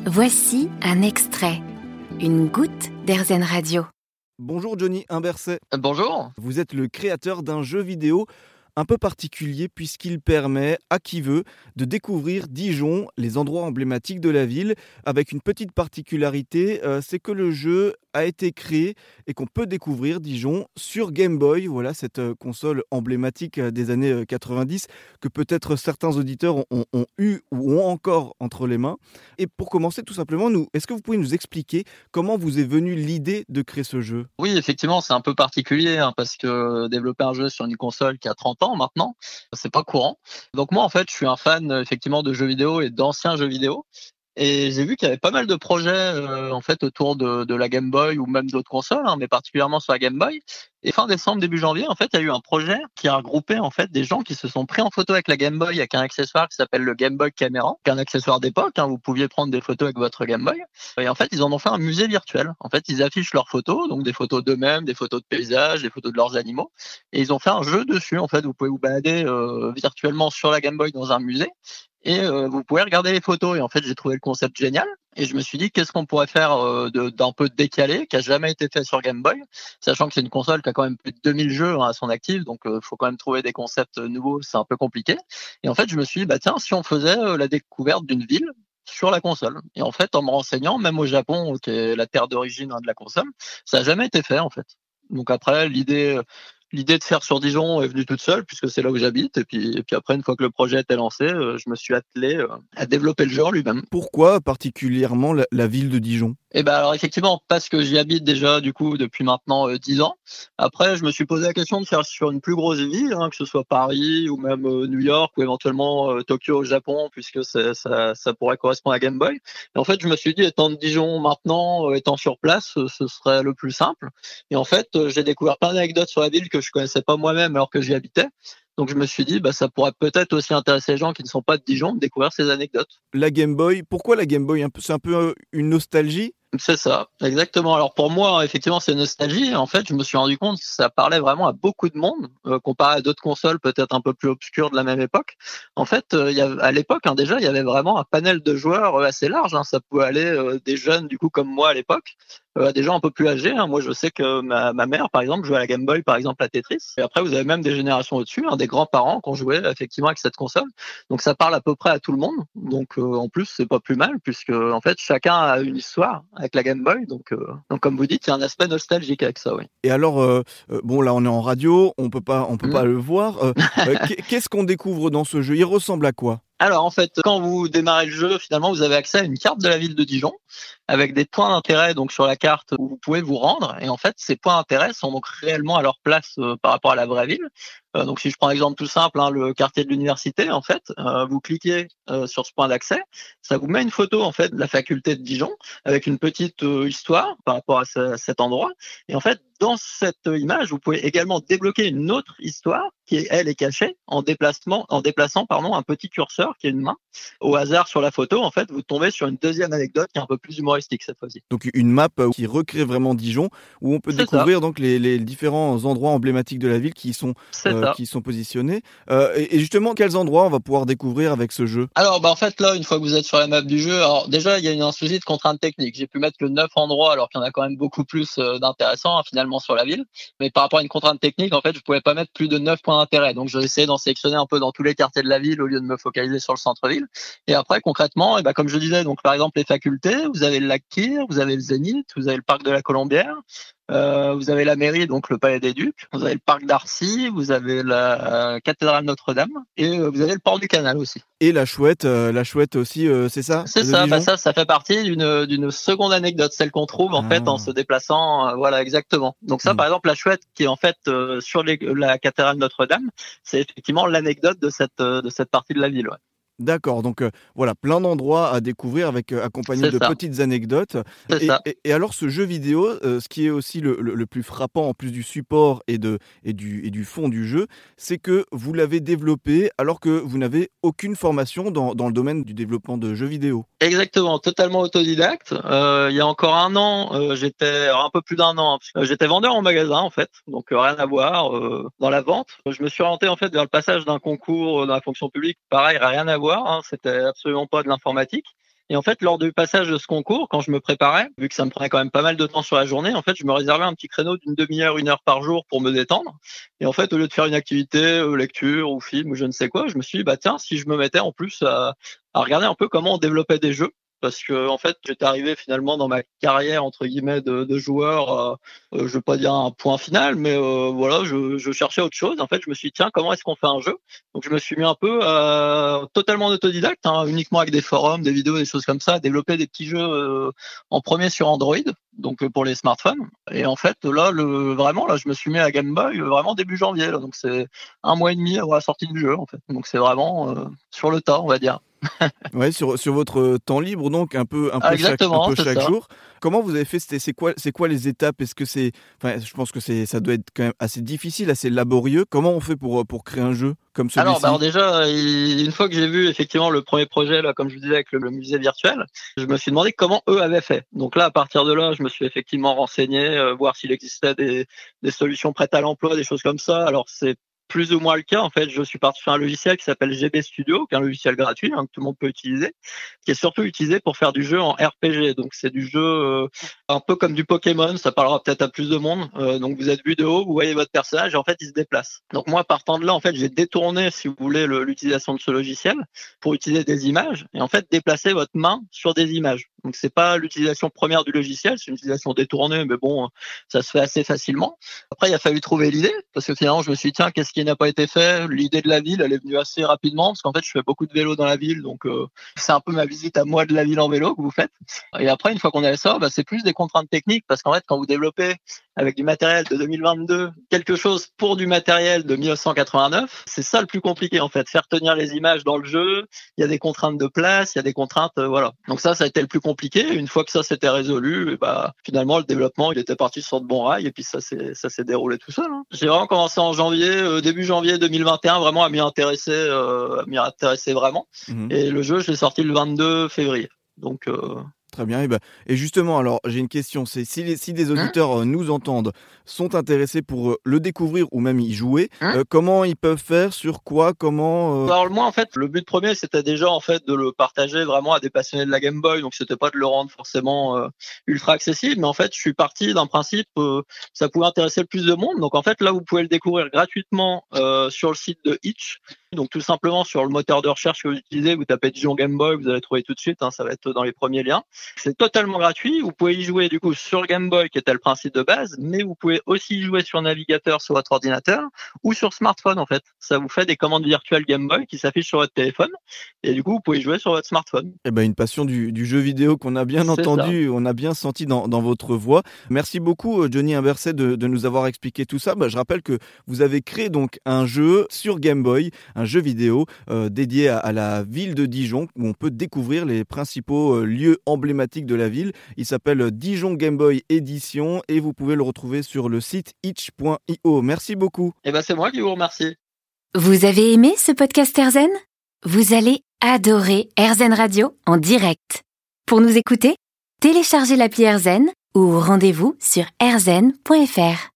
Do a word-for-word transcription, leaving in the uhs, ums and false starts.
Voici un extrait, une goutte d'Airzen Radio. Bonjour Johnny Imberset. Bonjour. Vous êtes le créateur d'un jeu vidéo un peu particulier puisqu'il permet à qui veut de découvrir Dijon, les endroits emblématiques de la ville, avec une petite particularité, euh, c'est que le jeu a été créé et qu'on peut découvrir Dijon sur Game Boy, voilà cette euh, console emblématique euh, des années euh, quatre-vingt-dix que peut-être certains auditeurs ont, ont, ont eu ou ont encore entre les mains. Et pour commencer tout simplement, nous, est-ce que vous pouvez nous expliquer comment vous est venue l'idée de créer ce jeu ? Oui, effectivement, c'est un peu particulier hein, parce que développer un jeu sur une console qui a trente ans maintenant, c'est pas courant. Donc moi, en fait, je suis un fan effectivement de jeux vidéo et d'anciens jeux vidéo. Et j'ai vu qu'il y avait pas mal de projets euh, en fait autour de, de la Game Boy ou même d'autres consoles, hein, mais particulièrement sur la Game Boy. Et fin décembre, début janvier, en fait, il y a eu un projet qui a regroupé en fait des gens qui se sont pris en photo avec la Game Boy avec un accessoire qui s'appelle le Game Boy Camera, qui est un accessoire d'époque. Hein, vous pouviez prendre des photos avec votre Game Boy. Et en fait, ils en ont fait un musée virtuel. En fait, ils affichent leurs photos, donc des photos d'eux-mêmes, des photos de paysages, des photos de leurs animaux. Et ils ont fait un jeu dessus. En fait, vous pouvez vous balader euh, virtuellement sur la Game Boy dans un musée. Et euh, vous pouvez regarder les photos. Et en fait, j'ai trouvé le concept génial. Et je me suis dit, qu'est-ce qu'on pourrait faire euh, de, d'un peu décalé, qui a jamais été fait sur Game Boy, sachant que c'est une console qui a quand même plus de deux mille jeux hein, à son actif, donc il euh, faut quand même trouver des concepts nouveaux, c'est un peu compliqué. Et en fait, je me suis dit, bah tiens, si on faisait euh, la découverte d'une ville sur la console. Et en fait, en me renseignant, même au Japon, qui est la terre d'origine hein, de la console, ça a jamais été fait en fait. Donc après, l'idée... L'idée de faire sur Dijon est venue toute seule puisque c'est là où j'habite et puis, et puis après une fois que le projet était lancé, euh, je me suis attelé euh, à développer le jeu en lui-même. Pourquoi particulièrement la, la ville de Dijon ? Eh ben alors effectivement parce que j'y habite déjà du coup depuis maintenant euh, dix ans. Après je me suis posé la question de faire sur une plus grosse ville, hein, que ce soit Paris ou même euh, New York ou éventuellement euh, Tokyo au Japon puisque c'est, ça, ça pourrait correspondre à Game Boy. Et en fait je me suis dit étant de Dijon maintenant, euh, étant sur place, euh, ce serait le plus simple. Et en fait euh, j'ai découvert plein d'anecdotes sur la ville que je connaissais pas moi-même alors que j'y habitais. Donc je me suis dit, bah, ça pourrait peut-être aussi intéresser les gens qui ne sont pas de Dijon de découvrir ces anecdotes. La Game Boy, pourquoi la Game Boy ? C'est un peu une nostalgie ? C'est ça, exactement. Alors pour moi, effectivement, c'est nostalgie. En fait, je me suis rendu compte que ça parlait vraiment à beaucoup de monde, euh, comparé à d'autres consoles peut-être un peu plus obscures de la même époque. En fait, euh, il y a, à l'époque, hein, déjà, il y avait vraiment un panel de joueurs euh, assez large. Hein. Ça pouvait aller euh, des jeunes, du coup, comme moi à l'époque, euh, à des gens un peu plus âgés. Hein. Moi, je sais que ma, ma mère, par exemple, jouait à la Game Boy, par exemple, à Tetris. Et après, vous avez même des générations au-dessus, hein, des grands-parents qui ont joué effectivement avec cette console. Donc, ça parle à peu près à tout le monde. Donc, euh, en plus, c'est pas plus mal puisque, en fait, chacun a une histoire avec la Game Boy. Donc, euh, donc comme vous dites, il y a un aspect nostalgique avec ça, oui. Et alors, euh, euh, bon, là, on est en radio, on peut pas, on peut mmh. pas le voir. Euh, euh, qu'est-ce qu'on découvre dans ce jeu ? Il ressemble à quoi ? Alors en fait, quand vous démarrez le jeu, finalement, vous avez accès à une carte de la ville de Dijon avec des points d'intérêt donc sur la carte où vous pouvez vous rendre. Et en fait, ces points d'intérêt sont donc réellement à leur place euh, par rapport à la vraie ville. Euh, donc si je prends un exemple tout simple, hein, le quartier de l'université, en fait, euh, vous cliquez euh, sur ce point d'accès, ça vous met une photo en fait de la faculté de Dijon avec une petite euh, histoire par rapport à, ce, à cet endroit. Et en fait, dans cette image, vous pouvez également débloquer une autre histoire qui, elle, est cachée en déplacement, en déplaçant pardon, un petit curseur qui est une main. Au hasard sur la photo, en fait, vous tombez sur une deuxième anecdote qui est un peu plus humoristique cette fois-ci. Donc une map qui recrée vraiment Dijon, où on peut C'est découvrir donc les, les différents endroits emblématiques de la ville qui sont, euh, qui sont positionnés. Euh, et, et justement, quels endroits on va pouvoir découvrir avec ce jeu ? Alors, bah, en fait, là, une fois que vous êtes sur la map du jeu, alors déjà, il y a une, un souci de contraintes techniques. J'ai pu mettre que neuf endroits, alors qu'il y en a quand même beaucoup plus euh, d'intéressants, hein, finalement, sur la ville. Mais par rapport à une contrainte technique, en fait, je pouvais pas mettre plus de neuf points d'intérêt. Donc, j'ai essayé d'en sélectionner un peu dans tous les quartiers de la ville au lieu de me focaliser sur le centre-ville. Et après, concrètement, et bah, comme je disais, donc, par exemple, les facultés, vous avez le lac Kyr, vous avez le Zénith, vous avez le parc de la Colombière, euh, vous avez la mairie, donc le palais des Ducs, vous avez le parc d'Arcy, vous avez la euh, cathédrale Notre-Dame et euh, vous avez le port du Canal aussi. Et la chouette, euh, la chouette aussi, euh, c'est ça ? C'est ça, bah ça, ça fait partie d'une d'une seconde anecdote, celle qu'on trouve en ah. fait en se déplaçant, euh, voilà exactement. Donc ça, mmh. par exemple, la chouette qui est en fait euh, sur les, la cathédrale Notre-Dame, c'est effectivement l'anecdote de cette euh, de cette partie de la ville. Ouais. D'accord, donc euh, voilà, plein d'endroits à découvrir avec euh, accompagné c'est de ça. petites anecdotes. C'est et, ça. Et, et alors ce jeu vidéo, euh, ce qui est aussi le, le, le plus frappant en plus du support et, de, et, du, et du fond du jeu, c'est que vous l'avez développé alors que vous n'avez aucune formation dans, dans le domaine du développement de jeux vidéo. Exactement, totalement autodidacte. Euh, il y a encore un an, euh, j'étais un peu plus d'un an, hein, j'étais vendeur en magasin en fait, donc euh, rien à voir euh, dans la vente. Je me suis orienté en fait vers le passage d'un concours dans la fonction publique, pareil, rien à voir, hein, c'était absolument pas de l'informatique. Et en fait, lors du passage de ce concours, quand je me préparais, vu que ça me prenait quand même pas mal de temps sur la journée, en fait, je me réservais un petit créneau d'une demi-heure, une heure par jour pour me détendre. Et en fait, au lieu de faire une activité, euh, lecture ou film ou je ne sais quoi, je me suis dit, bah tiens, si je me mettais en plus à, à regarder un peu comment on développait des jeux. Parce que en fait, j'étais arrivé finalement dans ma carrière entre guillemets de, de joueur, euh, euh, je veux pas dire un point final, mais euh, voilà, je, je cherchais autre chose. En fait, je me suis dit tiens, comment est-ce qu'on fait un jeu? Donc je me suis mis un peu euh, totalement autodidacte, hein, uniquement avec des forums, des vidéos, des choses comme ça, à développer des petits jeux euh, en premier sur Android, donc euh, pour les smartphones. Et en fait, là, le, vraiment, là, je me suis mis à Game Boy euh, vraiment début janvier. Là, donc c'est un mois et demi avant la sortie du jeu, en fait. Donc c'est vraiment euh, sur le tas, on va dire. Ouais, sur sur votre temps libre donc un peu un peu Ah, chaque un exactement, peu c'est chaque ça. jour. Comment vous avez fait? C'était c'est quoi c'est quoi les étapes? Est-ce que c'est enfin, je pense que c'est ça doit être quand même assez difficile, assez laborieux. Comment on fait pour, pour créer un jeu comme Alors, bah, alors celui-ci? déjà, il- une fois que j'ai vu effectivement le premier projet, là, comme je vous disais, avec le, le musée virtuel, je me suis demandé comment eux avaient fait. Donc là, à partir de là, je me suis effectivement renseigné, euh, voir s'il existait des, des solutions prêtes à l'emploi, des choses comme ça. Alors, c'est plus ou moins le cas. En fait, je suis parti sur un logiciel qui s'appelle G B Studio, qui est un logiciel gratuit, hein, que tout le monde peut utiliser, qui est surtout utilisé pour faire du jeu en R P G. Donc, c'est du jeu euh, un peu comme du Pokémon. Ça parlera peut-être à plus de monde. Euh, donc, vous êtes vu de haut, vous voyez votre personnage et en fait, il se déplace. Donc, moi, partant de là, en fait, j'ai détourné, si vous voulez, le- l'utilisation de ce logiciel pour utiliser des images et en fait déplacer votre main sur des images. Donc, c'est pas l'utilisation première du logiciel, c'est une utilisation détournée, mais bon, ça se fait assez facilement. Après, il a fallu trouver l'idée parce que finalement, je me suis dit tiens, qu'est-ce qui n'a pas été fait? L'idée de la ville, elle est venue assez rapidement parce qu'en fait, je fais beaucoup de vélo dans la ville, donc euh, c'est un peu ma visite à moi de la ville en vélo que vous faites. Et après, une fois qu'on avait ça, bah, c'est plus des contraintes techniques parce qu'en fait, quand vous développez avec du matériel de deux mille vingt-deux quelque chose pour du matériel de mille neuf cent quatre-vingt-neuf, c'est ça le plus compliqué en fait, faire tenir les images dans le jeu. Il y a des contraintes de place, il y a des contraintes, euh, voilà. Donc ça, ça a été le plus compliqué. Une fois que ça s'était résolu, et bah finalement le développement il était parti sur de bons rails et puis ça s'est ça s'est déroulé tout seul. Hein. J'ai vraiment commencé en janvier, euh, début janvier deux mille vingt et un, vraiment à m'y intéresser, euh, à m'y intéresser vraiment. Mmh. Et le jeu, je l'ai sorti le vingt-deux février. Donc euh, Très bien et bah et justement alors j'ai une question, c'est si les si des hum, auditeurs, heu, nous entendent, sont intéressés pour, heu, le découvrir ou même y jouer, hum. heu, comment ils peuvent faire? Sur quoi? Comment, heu? Alors moi en fait le but premier c'était déjà en fait de le partager vraiment à des passionnés de la Game Boy, donc c'était pas de le rendre forcément euh, ultra accessible, mais en fait je suis parti d'un principe euh, ça pouvait intéresser le plus de monde. Donc en fait là vous pouvez le découvrir gratuitement euh, sur le site de Itch. Donc tout simplement sur le moteur de recherche que vous utilisez, vous tapez Dijon Game Boy, vous allez trouver tout de suite, hein, ça va être dans les premiers liens. C'est totalement gratuit, vous pouvez y jouer du coup sur Game Boy qui était le principe de base, mais vous pouvez aussi y jouer sur navigateur sur votre ordinateur ou sur smartphone en fait. Ça vous fait des commandes virtuelles Game Boy qui s'affichent sur votre téléphone et du coup vous pouvez y jouer sur votre smartphone. Eh ben, une passion du du jeu vidéo qu'on a bien C'est ça. entendu, on a bien senti dans dans votre voix. Merci beaucoup, heu, Johnny Imberset de de nous avoir expliqué tout ça. Bah, je rappelle que vous avez créé donc un jeu sur Game Boy, un jeu vidéo, heu, dédié à à la ville de Dijon, où on peut découvrir les principaux, heu, lieux emblématiques de la ville. Il s'appelle, heu, Dijon Game Boy Edition et vous pouvez le retrouver sur le site itch point io. Merci beaucoup. Et ben c'est moi qui vous remercie. Vous avez aimé ce podcast AirZen? Vous allez adorer AirZen Radio en direct. Pour nous écouter, téléchargez l'appli AirZen ou rendez-vous sur airzen point f r.